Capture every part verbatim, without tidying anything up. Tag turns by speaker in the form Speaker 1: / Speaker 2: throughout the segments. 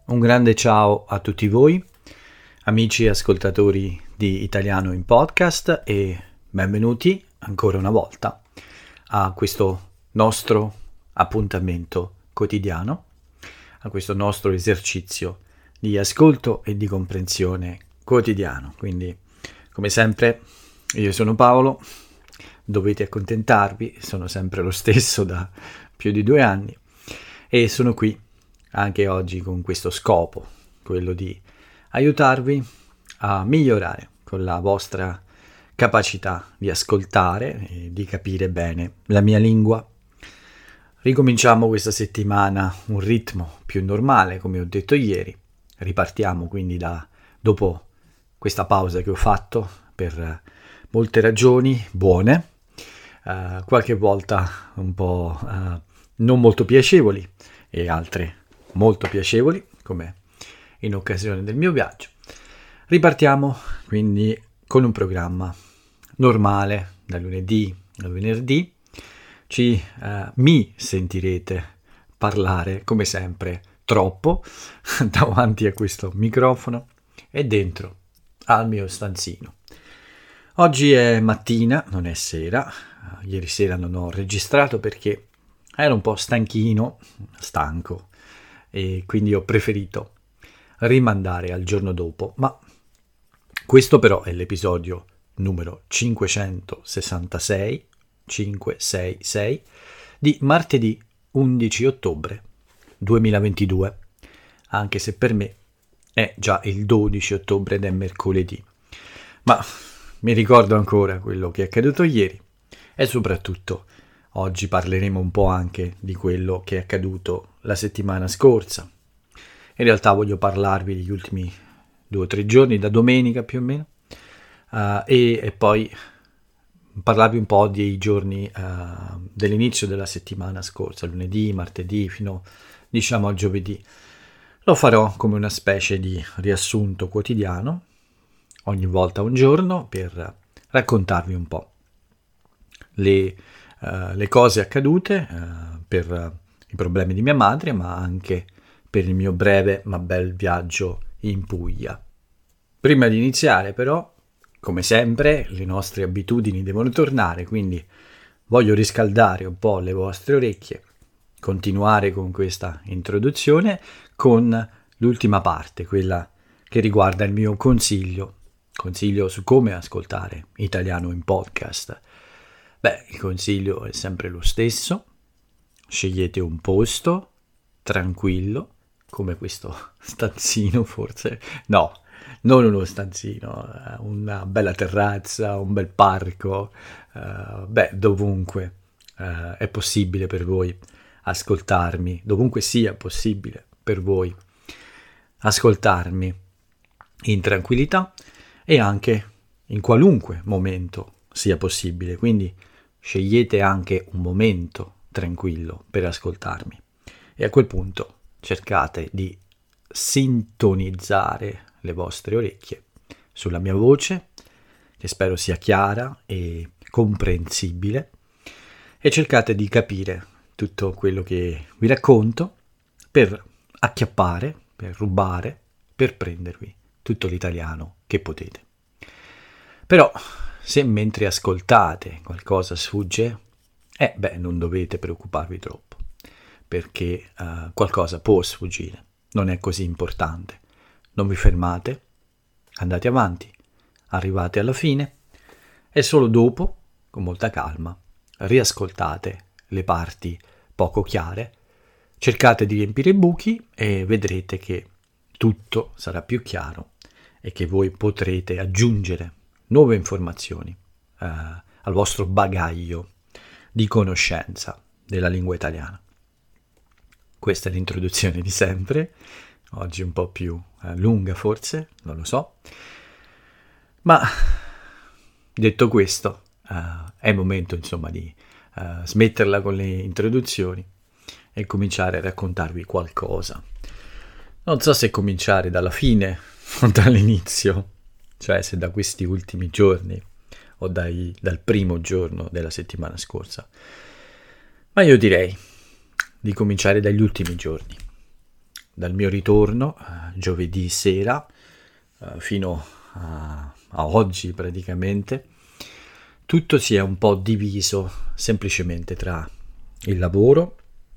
Speaker 1: Un grande ciao a tutti voi, amici e ascoltatori di Italiano in Podcast, e benvenuti ancora una volta a questo nostro appuntamento quotidiano, a questo nostro esercizio di ascolto e di comprensione quotidiano. Quindi, come sempre, io sono Paolo, dovete accontentarvi, sono sempre lo stesso da più di due anni e sono qui anche oggi con questo scopo, quello di aiutarvi a migliorare con la vostra capacità di ascoltare e di capire bene la mia lingua. Ricominciamo questa settimana un ritmo più normale, come ho detto ieri. Ripartiamo quindi da dopo questa pausa che ho fatto per molte ragioni buone, uh, qualche volta un po' uh, non molto piacevoli e altre molto piacevoli, come in occasione del mio viaggio. Ripartiamo quindi con un programma normale da lunedì a venerdì. Ci eh, mi sentirete parlare come sempre troppo davanti a questo microfono e dentro al mio stanzino. Oggi è mattina, non è sera. Ieri sera non ho registrato perché ero un po' stanchino, stanco, e quindi ho preferito rimandare al giorno dopo, ma questo però è l'episodio numero cinquecentosessantasei cinquecentosessantasei di martedì undici ottobre duemilaventidue, anche se per me è già il dodici ottobre ed è mercoledì, ma mi ricordo ancora quello che è accaduto ieri e soprattutto oggi parleremo un po' anche di quello che è accaduto la settimana scorsa. In realtà voglio parlarvi degli ultimi due o tre giorni, da domenica più o meno, uh, e, e poi parlarvi un po' dei giorni uh, dell'inizio della settimana scorsa, lunedì, martedì, fino diciamo al giovedì. Lo farò come una specie di riassunto quotidiano, ogni volta un giorno, per raccontarvi un po' le Uh, le cose accadute uh, per uh, i problemi di mia madre, ma anche per il mio breve ma bel viaggio in Puglia. Prima di iniziare però, come sempre, le nostre abitudini devono tornare, quindi voglio riscaldare un po' le vostre orecchie, continuare con questa introduzione con l'ultima parte, quella che riguarda il mio consiglio, consiglio su come ascoltare italiano in podcast. Beh, il consiglio è sempre lo stesso: scegliete un posto tranquillo, come questo stanzino forse, no, non uno stanzino, una bella terrazza, un bel parco, uh, beh, dovunque uh, è possibile per voi ascoltarmi, dovunque sia possibile per voi ascoltarmi in tranquillità e anche in qualunque momento sia possibile, quindi scegliete anche un momento tranquillo per ascoltarmi e a quel punto cercate di sintonizzare le vostre orecchie sulla mia voce, che spero sia chiara e comprensibile, e cercate di capire tutto quello che vi racconto per acchiappare, per rubare, per prendervi tutto l'italiano che potete. Però se mentre ascoltate qualcosa sfugge, eh beh, non dovete preoccuparvi troppo, perché uh, qualcosa può sfuggire, non è così importante. Non vi fermate, andate avanti, arrivate alla fine e solo dopo, con molta calma, riascoltate le parti poco chiare, cercate di riempire i buchi e vedrete che tutto sarà più chiaro e che voi potrete aggiungere nuove informazioni eh, al vostro bagaglio di conoscenza della lingua italiana. Questa è l'introduzione di sempre, oggi un po' più eh, lunga forse, non lo so, ma detto questo eh, è il momento insomma di eh, smetterla con le introduzioni e cominciare a raccontarvi qualcosa. Non so se cominciare dalla fine o dall'inizio, cioè se da questi ultimi giorni o dai, dal primo giorno della settimana scorsa, ma io direi di cominciare dagli ultimi giorni, dal mio ritorno eh, giovedì sera eh, fino a, a oggi praticamente, tutto si è un po' diviso semplicemente tra il lavoro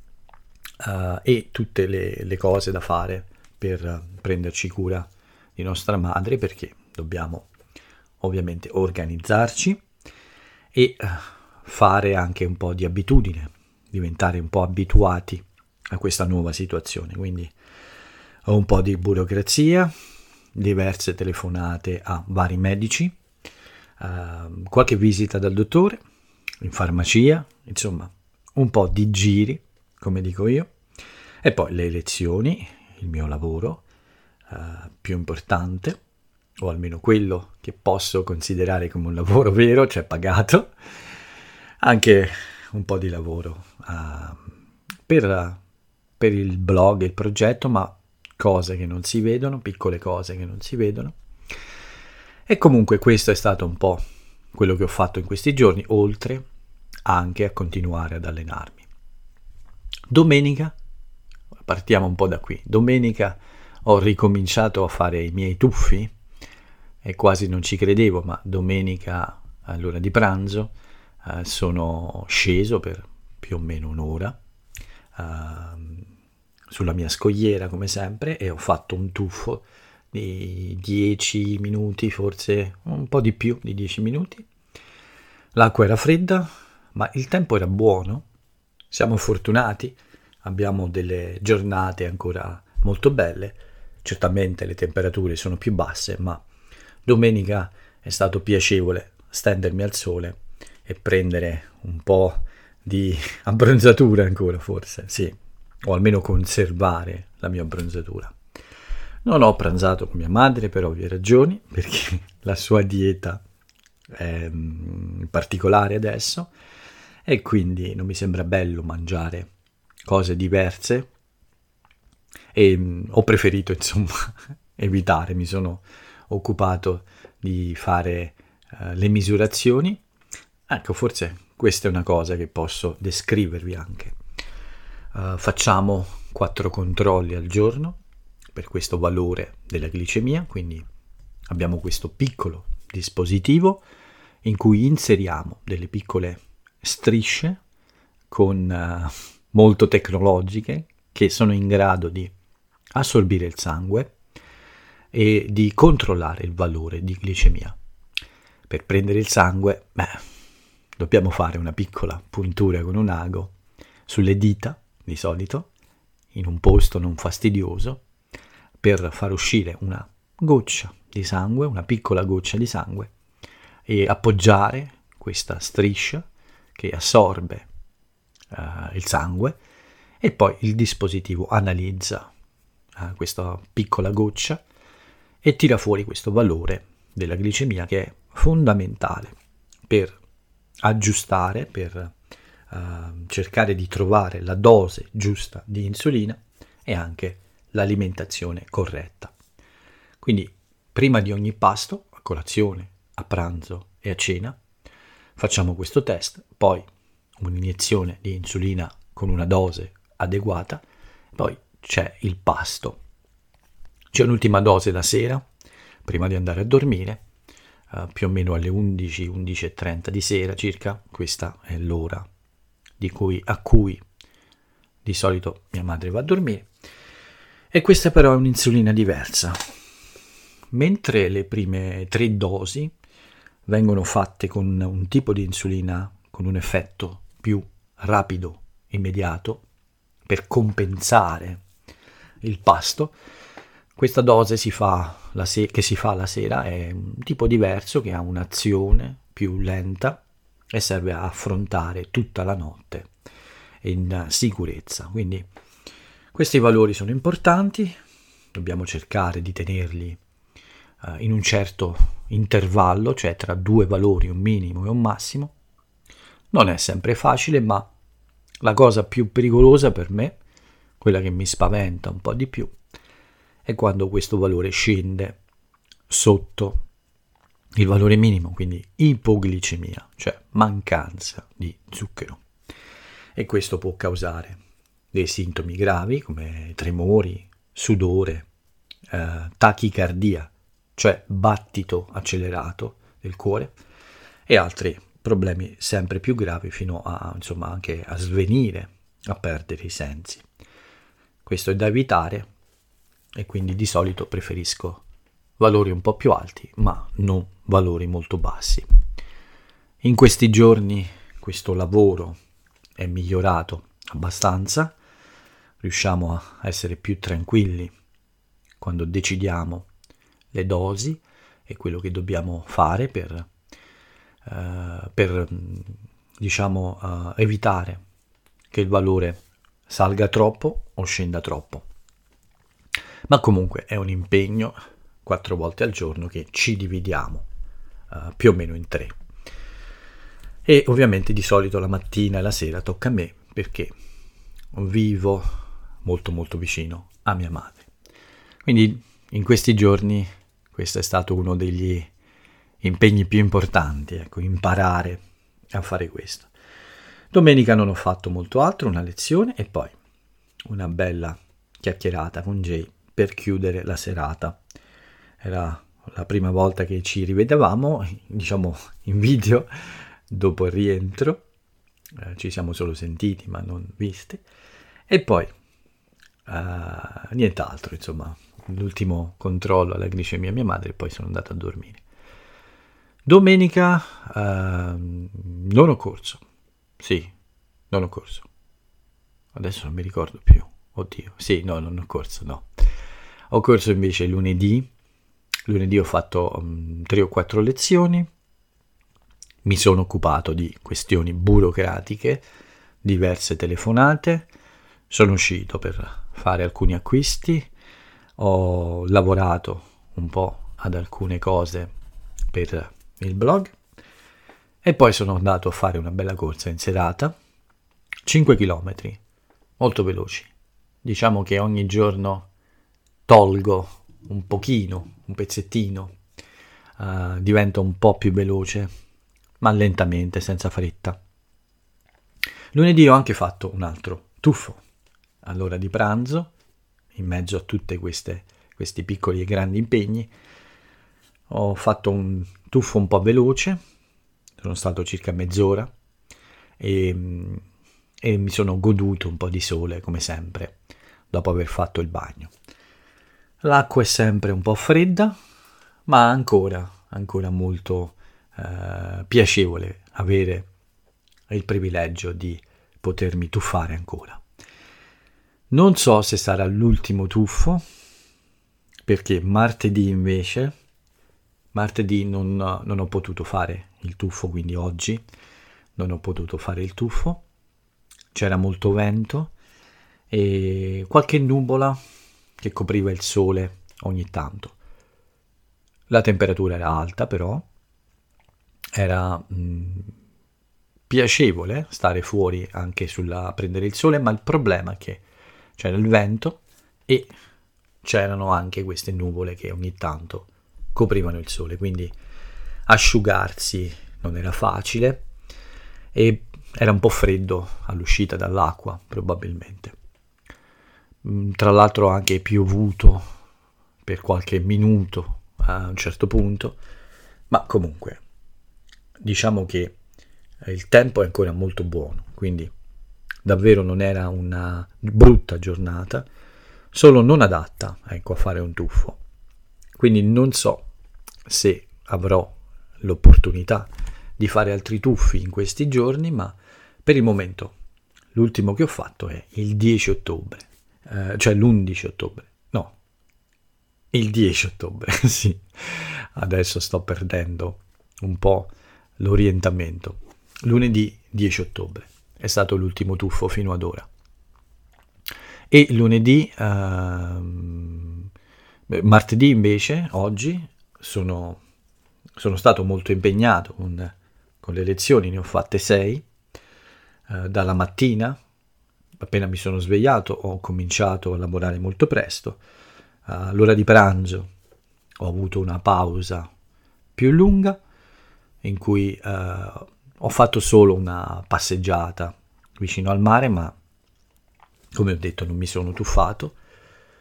Speaker 1: uh, e tutte le, le cose da fare per uh, prenderci cura di nostra madre, perché dobbiamo ovviamente organizzarci e uh, fare anche un po' di abitudine, diventare un po' abituati a questa nuova situazione. Quindi ho un po' di burocrazia, diverse telefonate a vari medici, uh, qualche visita dal dottore, in farmacia, insomma un po' di giri, come dico io, e poi le lezioni, il mio lavoro uh, più importante, o almeno quello che posso considerare come un lavoro vero, cioè pagato, anche un po' di lavoro uh, per, per il blog, il progetto, ma cose che non si vedono, piccole cose che non si vedono. E comunque questo è stato un po' quello che ho fatto in questi giorni, oltre anche a continuare ad allenarmi. Domenica, partiamo un po' da qui, domenica ho ricominciato a fare i miei tuffi e quasi non ci credevo, ma domenica all'ora di pranzo eh, sono sceso per più o meno un'ora eh, sulla mia scogliera come sempre e ho fatto un tuffo di dieci minuti, forse un po' di più di dieci minuti. L'acqua era fredda, ma il tempo era buono, siamo fortunati, abbiamo delle giornate ancora molto belle, certamente le temperature sono più basse, ma domenica è stato piacevole stendermi al sole e prendere un po' di abbronzatura ancora, forse, sì, o almeno conservare la mia abbronzatura. Non ho pranzato con mia madre per ovvie ragioni, perché la sua dieta è particolare adesso e quindi non mi sembra bello mangiare cose diverse e mh, ho preferito insomma evitare, mi sono occupato di fare uh, le misurazioni. Ecco, forse questa è una cosa che posso descrivervi anche. Uh, facciamo quattro controlli al giorno per questo valore della glicemia, quindi abbiamo questo piccolo dispositivo in cui inseriamo delle piccole strisce con uh, molto tecnologiche che sono in grado di assorbire il sangue e di controllare il valore di glicemia. Per prendere il sangue, beh, dobbiamo fare una piccola puntura con un ago sulle dita, di solito, in un posto non fastidioso, per far uscire una goccia di sangue, una piccola goccia di sangue, e appoggiare questa striscia che assorbe uh, il sangue, e poi il dispositivo analizza uh, questa piccola goccia e tira fuori questo valore della glicemia, che è fondamentale per aggiustare, per uh, cercare di trovare la dose giusta di insulina e anche l'alimentazione corretta. Quindi prima di ogni pasto, a colazione, a pranzo e a cena, facciamo questo test, poi un'iniezione di insulina con una dose adeguata, poi c'è il pasto. C'è un'ultima dose la sera, prima di andare a dormire, uh, più o meno alle undici, undici e trenta di sera circa. Questa è l'ora di cui, a cui di solito mia madre va a dormire. E questa però è un'insulina diversa. Mentre le prime tre dosi vengono fatte con un tipo di insulina con un effetto più rapido, immediato, per compensare il pasto, questa dose si fa la se- che si fa la sera è un tipo diverso, che ha un'azione più lenta e serve a affrontare tutta la notte in sicurezza. Quindi questi valori sono importanti, dobbiamo cercare di tenerli uh, in un certo intervallo, cioè tra due valori, un minimo e un massimo. Non è sempre facile, ma la cosa più pericolosa per me, quella che mi spaventa un po' di più, è quando questo valore scende sotto il valore minimo, quindi ipoglicemia, cioè mancanza di zucchero. E questo può causare dei sintomi gravi come tremori, sudore, eh, tachicardia, cioè battito accelerato del cuore, e altri problemi sempre più gravi fino a, insomma, anche a svenire, a perdere i sensi. Questo è da evitare e quindi di solito preferisco valori un po' più alti, ma non valori molto bassi. In questi giorni questo lavoro è migliorato abbastanza, riusciamo a essere più tranquilli quando decidiamo le dosi e quello che dobbiamo fare per, uh, per diciamo, uh, evitare che il valore salga troppo o scenda troppo. Ma comunque è un impegno quattro volte al giorno che ci dividiamo uh, più o meno in tre. E ovviamente di solito la mattina e la sera tocca a me perché vivo molto molto vicino a mia madre. Quindi in questi giorni questo è stato uno degli impegni più importanti, ecco, imparare a fare questo. Domenica non ho fatto molto altro, una lezione e poi una bella chiacchierata con Jay per chiudere la serata. Era la prima volta che ci rivedevamo, diciamo in video, dopo il rientro. Eh, ci siamo solo sentiti ma non visti. E poi uh, nient'altro, insomma, l'ultimo controllo alla glicemia a mia madre e poi sono andato a dormire. Domenica uh, non ho corso. Sì, non ho corso. Adesso non mi ricordo più. Oddio, sì, no, non ho corso, no. Ho corso invece lunedì. Lunedì ho fatto um, tre o quattro lezioni. Mi sono occupato di questioni burocratiche, diverse telefonate. Sono uscito per fare alcuni acquisti. Ho lavorato un po' ad alcune cose per il blog. E poi sono andato a fare una bella corsa in serata, cinque chilometri, molto veloci. Diciamo che ogni giorno tolgo un pochino, un pezzettino, uh, divento un po' più veloce, ma lentamente, senza fretta. Lunedì ho anche fatto un altro tuffo all'ora di pranzo, in mezzo a tutte queste questi piccoli e grandi impegni. Ho fatto un tuffo un po' veloce. Sono stato circa mezz'ora e, e mi sono goduto un po' di sole, come sempre, dopo aver fatto il bagno. L'acqua è sempre un po' fredda, ma ancora, ancora molto eh, piacevole avere il privilegio di potermi tuffare ancora. Non so se sarà l'ultimo tuffo, perché martedì invece... Martedì non, non ho potuto fare il tuffo, quindi oggi non ho potuto fare il tuffo. C'era molto vento e qualche nuvola che copriva il sole ogni tanto. La temperatura era alta, però era mh, piacevole stare fuori anche sulla, a prendere il sole, ma il problema è che c'era il vento e c'erano anche queste nuvole che ogni tanto coprivano il sole, quindi asciugarsi non era facile e era un po' freddo all'uscita dall'acqua probabilmente. Tra l'altro ha anche piovuto per qualche minuto a un certo punto, ma comunque diciamo che il tempo è ancora molto buono, quindi davvero non era una brutta giornata, solo non adatta, ecco, a fare un tuffo. Quindi non so se avrò l'opportunità di fare altri tuffi in questi giorni, ma per il momento l'ultimo che ho fatto è il dieci ottobre, eh, cioè l'undici ottobre, no, il dieci ottobre, sì, adesso sto perdendo un po' l'orientamento. Lunedì dieci ottobre è stato l'ultimo tuffo fino ad ora. E lunedì... Ehm, Martedì invece, oggi, sono, sono stato molto impegnato con, con le lezioni, ne ho fatte sei, eh, dalla mattina, appena mi sono svegliato, ho cominciato a lavorare molto presto, all'ora di pranzo ho avuto una pausa più lunga, in cui eh, ho fatto solo una passeggiata vicino al mare, ma come ho detto non mi sono tuffato.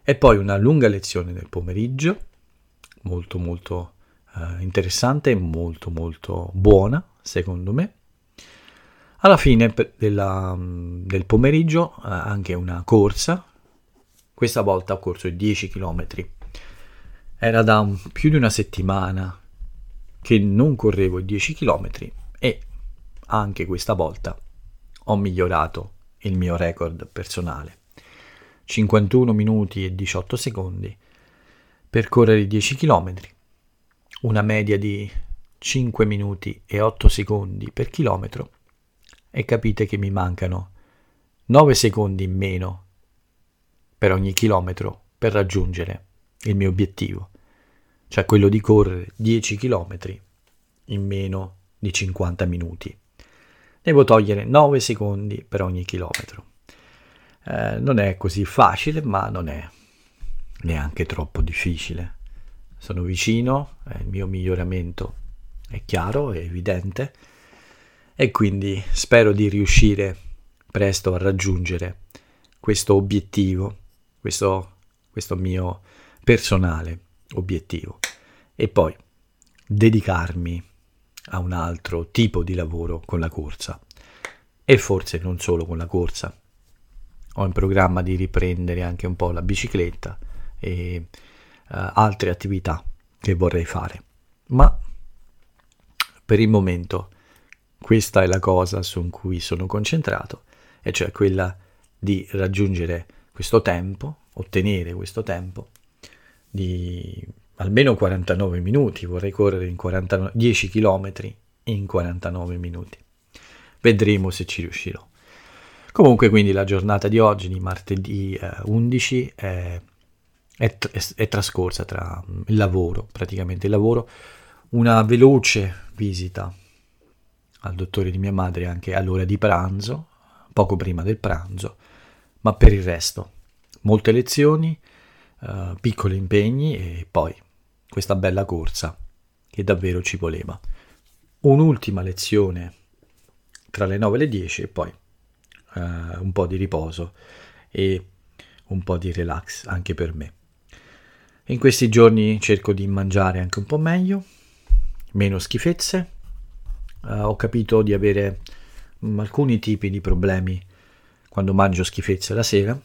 Speaker 1: E poi una lunga lezione nel pomeriggio, molto molto eh, interessante e molto molto buona, secondo me. Alla fine della, del pomeriggio eh, anche una corsa, questa volta ho corso dieci chilometri. Era da un, più di una settimana che non correvo i dieci chilometri e anche questa volta ho migliorato il mio record personale. cinquantuno minuti e diciotto secondi per correre i dieci chilometri, una media di cinque minuti e otto secondi per chilometro, e capite che mi mancano nove secondi in meno per ogni chilometro per raggiungere il mio obiettivo, cioè quello di correre dieci chilometri in meno di cinquanta minuti. Devo togliere nove secondi per ogni chilometro. Eh, non è così facile, ma non è neanche troppo difficile. Sono vicino, eh, il mio miglioramento è chiaro, è evidente, e quindi spero di riuscire presto a raggiungere questo obiettivo, questo, questo mio personale obiettivo, e poi dedicarmi a un altro tipo di lavoro con la corsa, e forse non solo con la corsa. Ho in programma di riprendere anche un po' la bicicletta e uh, altre attività che vorrei fare, ma per il momento questa è la cosa su cui sono concentrato, e cioè quella di raggiungere questo tempo, ottenere questo tempo di almeno quarantanove minuti. Vorrei correre in quarantanove, dieci chilometri in quarantanove minuti. Vedremo se ci riuscirò. Comunque, quindi la giornata di oggi, di martedì eh, undici, è, è, è trascorsa tra il lavoro, praticamente il lavoro, una veloce visita al dottore di mia madre anche all'ora di pranzo, poco prima del pranzo, ma per il resto molte lezioni, eh, piccoli impegni e poi questa bella corsa che davvero ci voleva. Un'ultima lezione tra le nove e le dieci e poi Uh, un po' di riposo e un po' di relax anche per me. In questi giorni cerco di mangiare anche un po' meglio, meno schifezze. Uh, ho capito di avere um, alcuni tipi di problemi quando mangio schifezze la sera,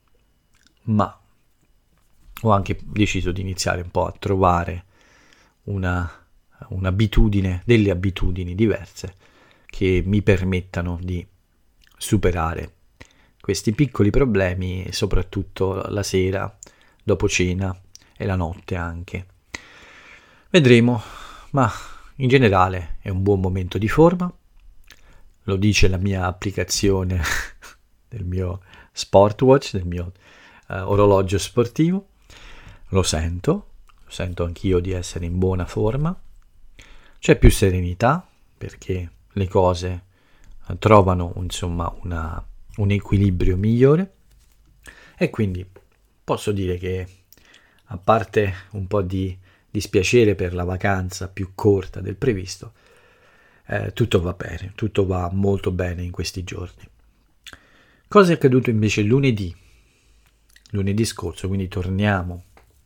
Speaker 1: ma ho anche deciso di iniziare un po' a trovare una, un'abitudine, delle abitudini diverse che mi permettano di superare questi piccoli problemi, soprattutto la sera, dopo cena e la notte anche. Vedremo, ma in generale è un buon momento di forma, lo dice la mia applicazione del mio Sportwatch, del mio uh, orologio sportivo, lo sento, lo sento anch'io di essere in buona forma, c'è più serenità perché le cose trovano insomma una, un equilibrio migliore, e quindi posso dire che, a parte un po' di dispiacere per la vacanza più corta del previsto, eh, tutto va bene, tutto va molto bene in questi giorni. Cosa è accaduto invece lunedì, lunedì scorso, quindi torniamo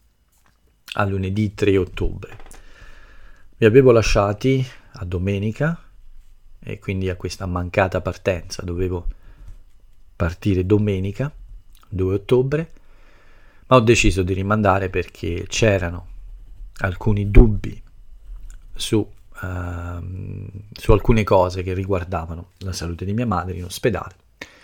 Speaker 1: a lunedì tre ottobre. Vi avevo lasciati a domenica e quindi a questa mancata partenza. Dovevo partire domenica due ottobre, ma ho deciso di rimandare perché c'erano alcuni dubbi su, uh, su alcune cose che riguardavano la salute di mia madre in ospedale.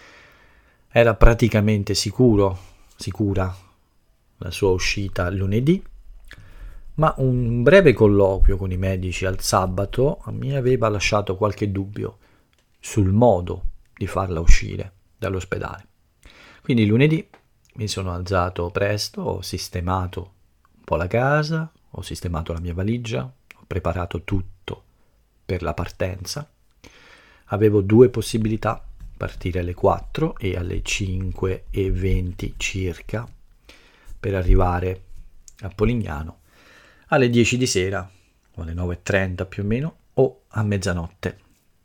Speaker 1: Era praticamente sicuro, sicura la sua uscita lunedì, ma un breve colloquio con i medici al sabato mi aveva lasciato qualche dubbio sul modo di farla uscire dall'ospedale. Quindi lunedì mi sono alzato presto, ho sistemato un po' la casa, ho sistemato la mia valigia, ho preparato tutto per la partenza. Avevo due possibilità: partire alle quattro e alle cinque e venti circa per arrivare a Polignano alle dieci di sera o alle nove e trenta più o meno, o a mezzanotte.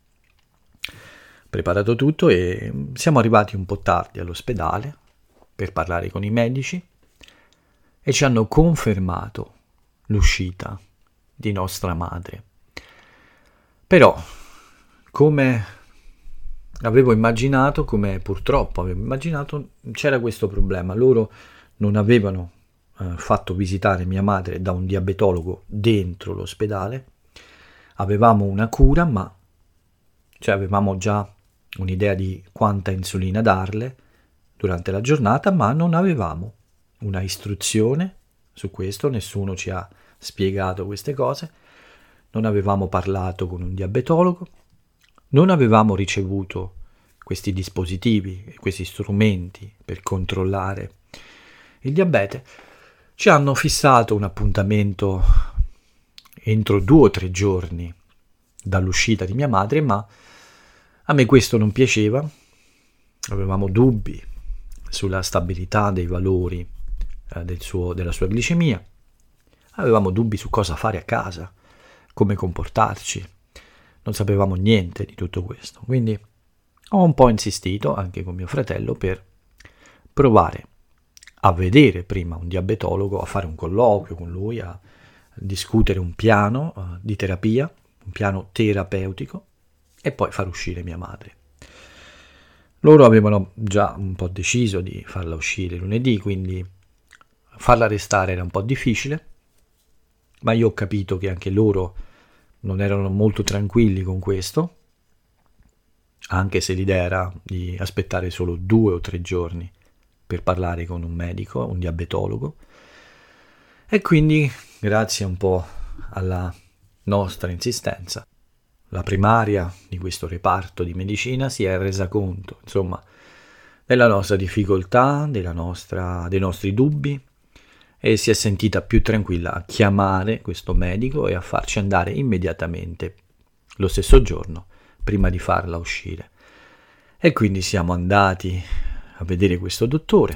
Speaker 1: Preparato tutto e siamo arrivati un po' tardi all'ospedale per parlare con i medici. e ci hanno confermato l'uscita di nostra madre. Però, come avevo immaginato, come purtroppo avevo immaginato, c'era questo problema. Loro non avevano eh, fatto visitare mia madre da un diabetologo dentro l'ospedale. Avevamo una cura, ma cioè avevamo già un'idea di quanta insulina darle durante la giornata, ma non avevamo una istruzione su questo, nessuno ci ha spiegato queste cose, non avevamo parlato con un diabetologo, non avevamo ricevuto questi dispositivi, questi strumenti per controllare il diabete. Ci hanno fissato un appuntamento entro due o tre giorni dall'uscita di mia madre, ma a me questo non piaceva, avevamo dubbi sulla stabilità dei valori eh, del suo, della sua glicemia, avevamo dubbi su cosa fare a casa, come comportarci, non sapevamo niente di tutto questo, quindi ho un po' insistito anche con mio fratello per provare a vedere prima un diabetologo, a fare un colloquio con lui, a discutere un piano uh, di terapia, un piano terapeutico, e poi far uscire mia madre. Loro avevano già un po' deciso di farla uscire lunedì, quindi farla restare era un po' difficile, ma io ho capito che anche loro non erano molto tranquilli con questo, anche se l'idea era di aspettare solo due o tre giorni per parlare con un medico, un diabetologo, e quindi grazie un po' alla nostra insistenza la primaria di questo reparto di medicina si è resa conto, insomma, della nostra difficoltà, della nostra, dei nostri dubbi, e si è sentita più tranquilla a chiamare questo medico e a farci andare immediatamente lo stesso giorno prima di farla uscire. E quindi siamo andati a vedere questo dottore.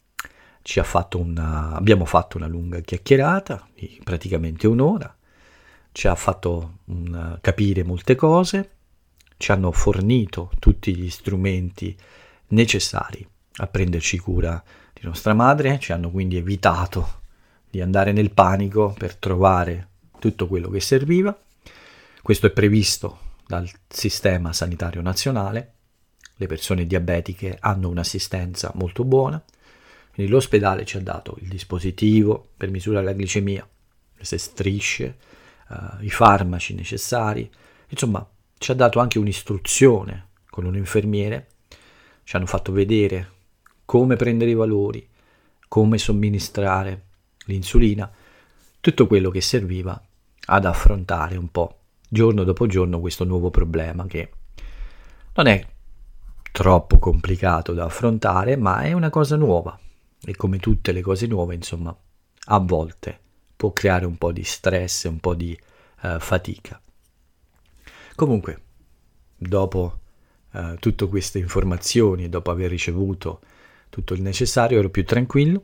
Speaker 1: Ci ha fatto una, abbiamo fatto una lunga chiacchierata di praticamente un'ora, ci ha fatto un, capire molte cose, ci hanno fornito tutti gli strumenti necessari a prenderci cura di nostra madre, ci hanno quindi evitato di andare nel panico per trovare tutto quello che serviva. Questo è previsto dal sistema sanitario nazionale, le persone diabetiche hanno un'assistenza molto buona, quindi l'ospedale ci ha dato il dispositivo per misurare la glicemia, queste strisce, uh, i farmaci necessari, insomma ci ha dato anche un'istruzione con un infermiere, ci hanno fatto vedere come prendere i valori, come somministrare l'insulina, tutto quello che serviva ad affrontare un po' giorno dopo giorno questo nuovo problema che non è troppo complicato da affrontare, ma è una cosa nuova e come tutte le cose nuove, insomma, a volte può creare un po' di stress, un po' di uh, fatica. Comunque, dopo uh, tutte queste informazioni, dopo aver ricevuto tutto il necessario, ero più tranquillo,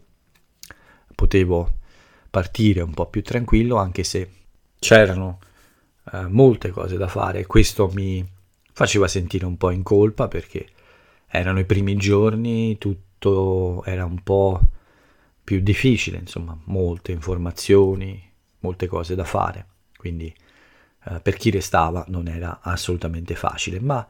Speaker 1: potevo partire un po' più tranquillo, anche se c'erano uh, molte cose da fare, e questo mi faceva sentire un po' in colpa perché erano i primi giorni, tutto era un po' più difficile, insomma, molte informazioni, molte cose da fare, quindi eh, per chi restava non era assolutamente facile, ma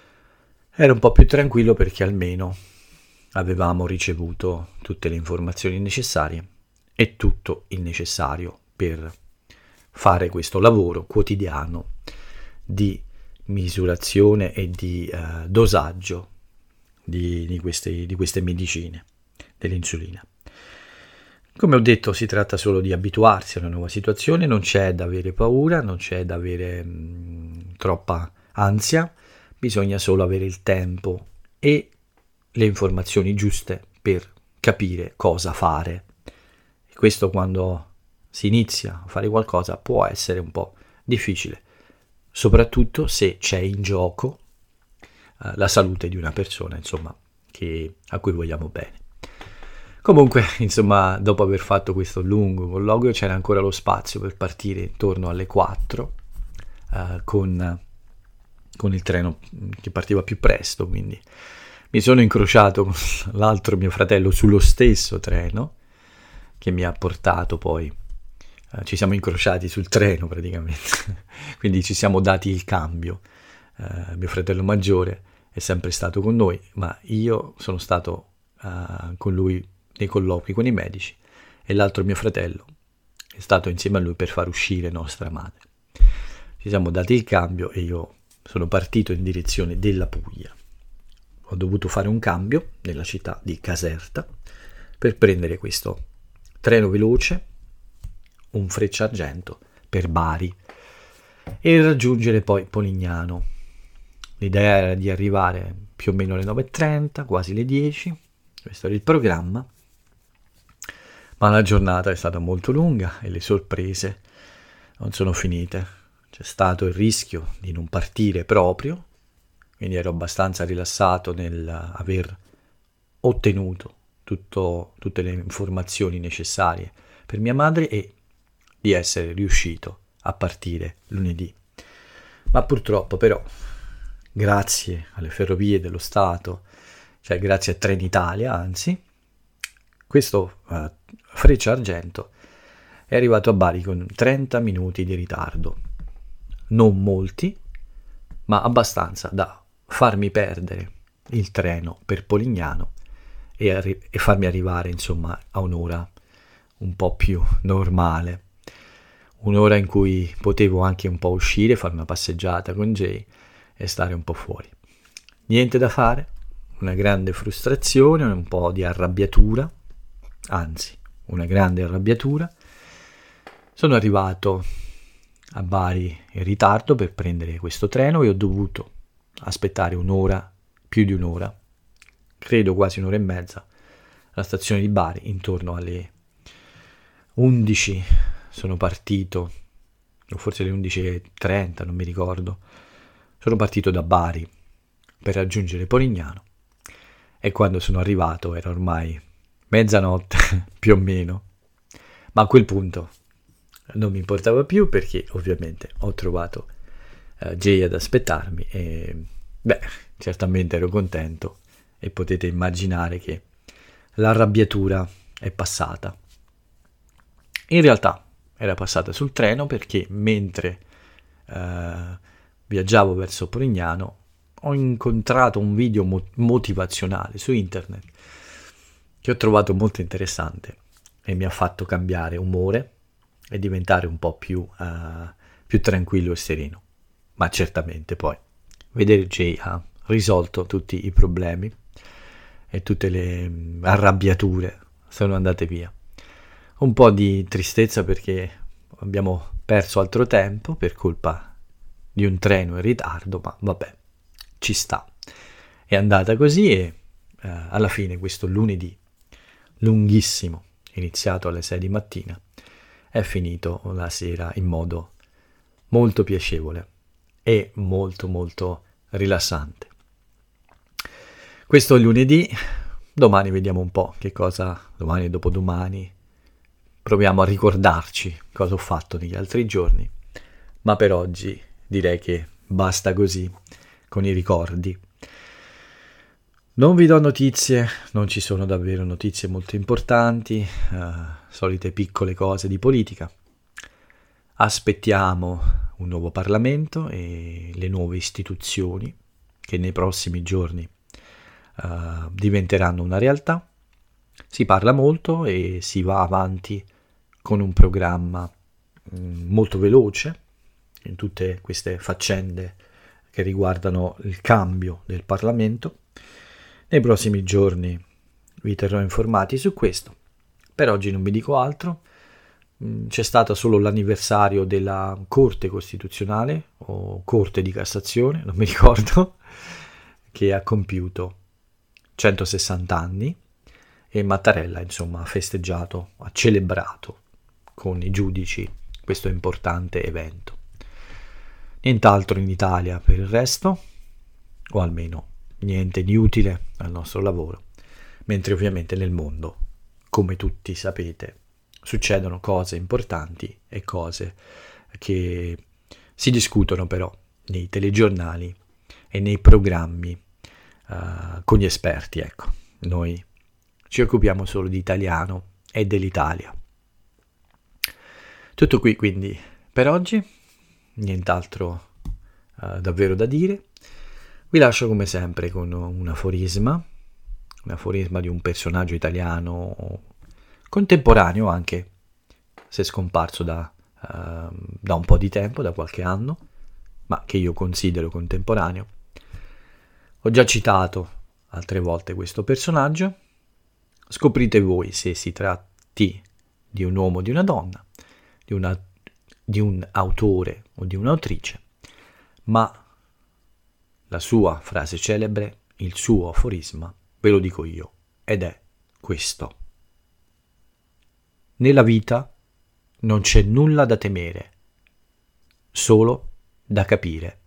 Speaker 1: ero un po' più tranquillo perché almeno avevamo ricevuto tutte le informazioni necessarie e tutto il necessario per fare questo lavoro quotidiano di misurazione e di eh, dosaggio di, di, queste, di queste medicine, dell'insulina. Come ho detto, si tratta solo di abituarsi a una nuova situazione, non c'è da avere paura, non c'è da avere mh, troppa ansia, bisogna solo avere il tempo e le informazioni giuste per capire cosa fare. E questo, quando si inizia a fare qualcosa, può essere un po' difficile, soprattutto se c'è in gioco eh, la salute di una persona, insomma, che, a cui vogliamo bene. Comunque, insomma, dopo aver fatto questo lungo colloquio, c'era ancora lo spazio per partire intorno alle quattro eh, con, con il treno che partiva più presto, quindi mi sono incrociato con l'altro mio fratello sullo stesso treno, che mi ha portato poi, eh, ci siamo incrociati sul treno praticamente, quindi ci siamo dati il cambio. Eh, mio fratello maggiore è sempre stato con noi, ma io sono stato eh, con lui nei colloqui con i medici e l'altro mio fratello è stato insieme a lui per far uscire nostra madre. Ci siamo dati il cambio e io sono partito in direzione della Puglia. Ho dovuto fare un cambio nella città di Caserta per prendere questo treno veloce, un Frecciargento per Bari e raggiungere poi Polignano. L'idea era di arrivare più o meno alle nove e trenta, quasi le dieci, questo era il programma, ma la giornata è stata molto lunga e le sorprese non sono finite. C'è stato il rischio di non partire proprio, quindi ero abbastanza rilassato nel aver ottenuto tutto, tutte le informazioni necessarie per mia madre e di essere riuscito a partire lunedì. Ma purtroppo però, grazie alle ferrovie dello Stato, cioè grazie a Trenitalia anzi, questo uh, Frecciargento è arrivato a Bari con trenta minuti di ritardo. Non molti, ma abbastanza da farmi perdere il treno per Polignano e, arri- e farmi arrivare insomma a un'ora un po' più normale, un'ora in cui potevo anche un po' uscire, fare una passeggiata con Jay e stare un po' fuori. Niente da fare, una grande frustrazione, un po' di arrabbiatura, anzi una grande arrabbiatura. Sono arrivato a Bari in ritardo per prendere questo treno e ho dovuto aspettare un'ora, più di un'ora, credo quasi un'ora e mezza, alla stazione di Bari. Intorno alle undici sono partito, o forse alle undici e trenta, non mi ricordo, sono partito da Bari per raggiungere Polignano e quando sono arrivato era ormai mezzanotte più o meno, ma a quel punto non mi importava più perché ovviamente ho trovato uh, Jay ad aspettarmi e beh, certamente ero contento e potete immaginare che l'arrabbiatura è passata. In realtà era passata sul treno perché mentre uh, viaggiavo verso Polignano ho incontrato un video mo- motivazionale su internet che ho trovato molto interessante e mi ha fatto cambiare umore e diventare un po' più, uh, più tranquillo e sereno. Ma certamente poi vedere Jay ha risolto tutti i problemi e tutte le um, arrabbiature sono andate via. Un po' di tristezza perché abbiamo perso altro tempo per colpa di un treno in ritardo, ma vabbè, ci sta. È andata così e uh, alla fine questo lunedì lunghissimo, iniziato alle sei di mattina, è finito la sera in modo molto piacevole e molto molto rilassante. Questo è lunedì, domani vediamo un po' che cosa, domani e dopodomani, proviamo a ricordarci cosa ho fatto negli altri giorni, ma per oggi direi che basta così con i ricordi. Non vi do notizie, non ci sono davvero notizie molto importanti, uh, solite piccole cose di politica. Aspettiamo un nuovo Parlamento e le nuove istituzioni che nei prossimi giorni uh, diventeranno una realtà. Si parla molto e si va avanti con un programma um, molto veloce in tutte queste faccende che riguardano il cambio del Parlamento. Nei prossimi giorni vi terrò informati su questo. Per oggi non vi dico altro. C'è stato solo l'anniversario della Corte Costituzionale o Corte di Cassazione, non mi ricordo, che ha compiuto centosessanta anni e Mattarella insomma ha festeggiato, ha celebrato con i giudici questo importante evento. Nient'altro in Italia per il resto, o almeno niente di utile al nostro lavoro, mentre ovviamente nel mondo, come tutti sapete, succedono cose importanti e cose che si discutono però nei telegiornali e nei programmi uh, con gli esperti. Ecco, noi ci occupiamo solo di italiano e dell'Italia. Tutto qui quindi per oggi, nient'altro uh, davvero da dire. Vi lascio come sempre con un aforisma, un aforisma di un personaggio italiano contemporaneo, anche se scomparso da, uh, da un po' di tempo, da qualche anno, ma che io considero contemporaneo. Ho già citato altre volte questo personaggio. Scoprite voi se si tratti di un uomo o di una donna, di, una, di un autore o di un'autrice, ma la sua frase celebre, il suo aforisma, ve lo dico io, ed è questo. Nella vita non c'è nulla da temere, solo da capire.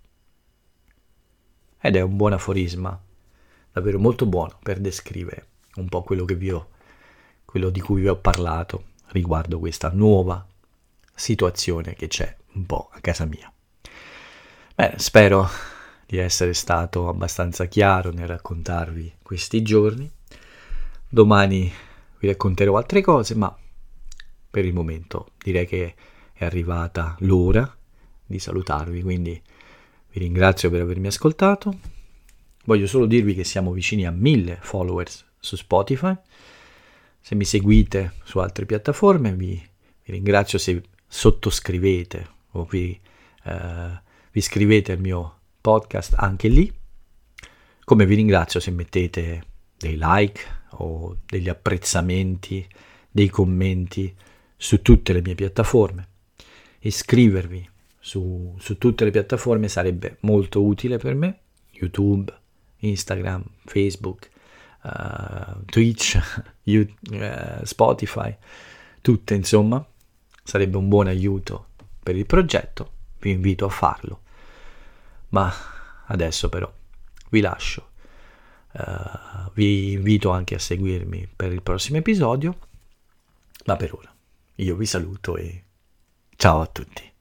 Speaker 1: Ed è un buon aforisma, davvero molto buono per descrivere un po' quello che vi ho, quello di cui vi ho parlato riguardo questa nuova situazione che c'è un po' a casa mia. Bene, spero di essere stato abbastanza chiaro nel raccontarvi questi giorni. Domani vi racconterò altre cose, ma per il momento direi che è arrivata l'ora di salutarvi, quindi vi ringrazio per avermi ascoltato. Voglio solo dirvi che siamo vicini a mille followers su Spotify. Se mi seguite su altre piattaforme vi, vi ringrazio se sottoscrivete o vi, eh, vi iscrivete al mio podcast anche lì, come vi ringrazio se mettete dei like o degli apprezzamenti, dei commenti su tutte le mie piattaforme. Iscrivervi su, su tutte le piattaforme sarebbe molto utile per me, YouTube, Instagram, Facebook, uh, Twitch, you, uh, Spotify, tutte insomma, sarebbe un buon aiuto per il progetto, vi invito a farlo. Ma adesso però vi lascio, uh, vi invito anche a seguirmi per il prossimo episodio, ma per ora io vi saluto e ciao a tutti.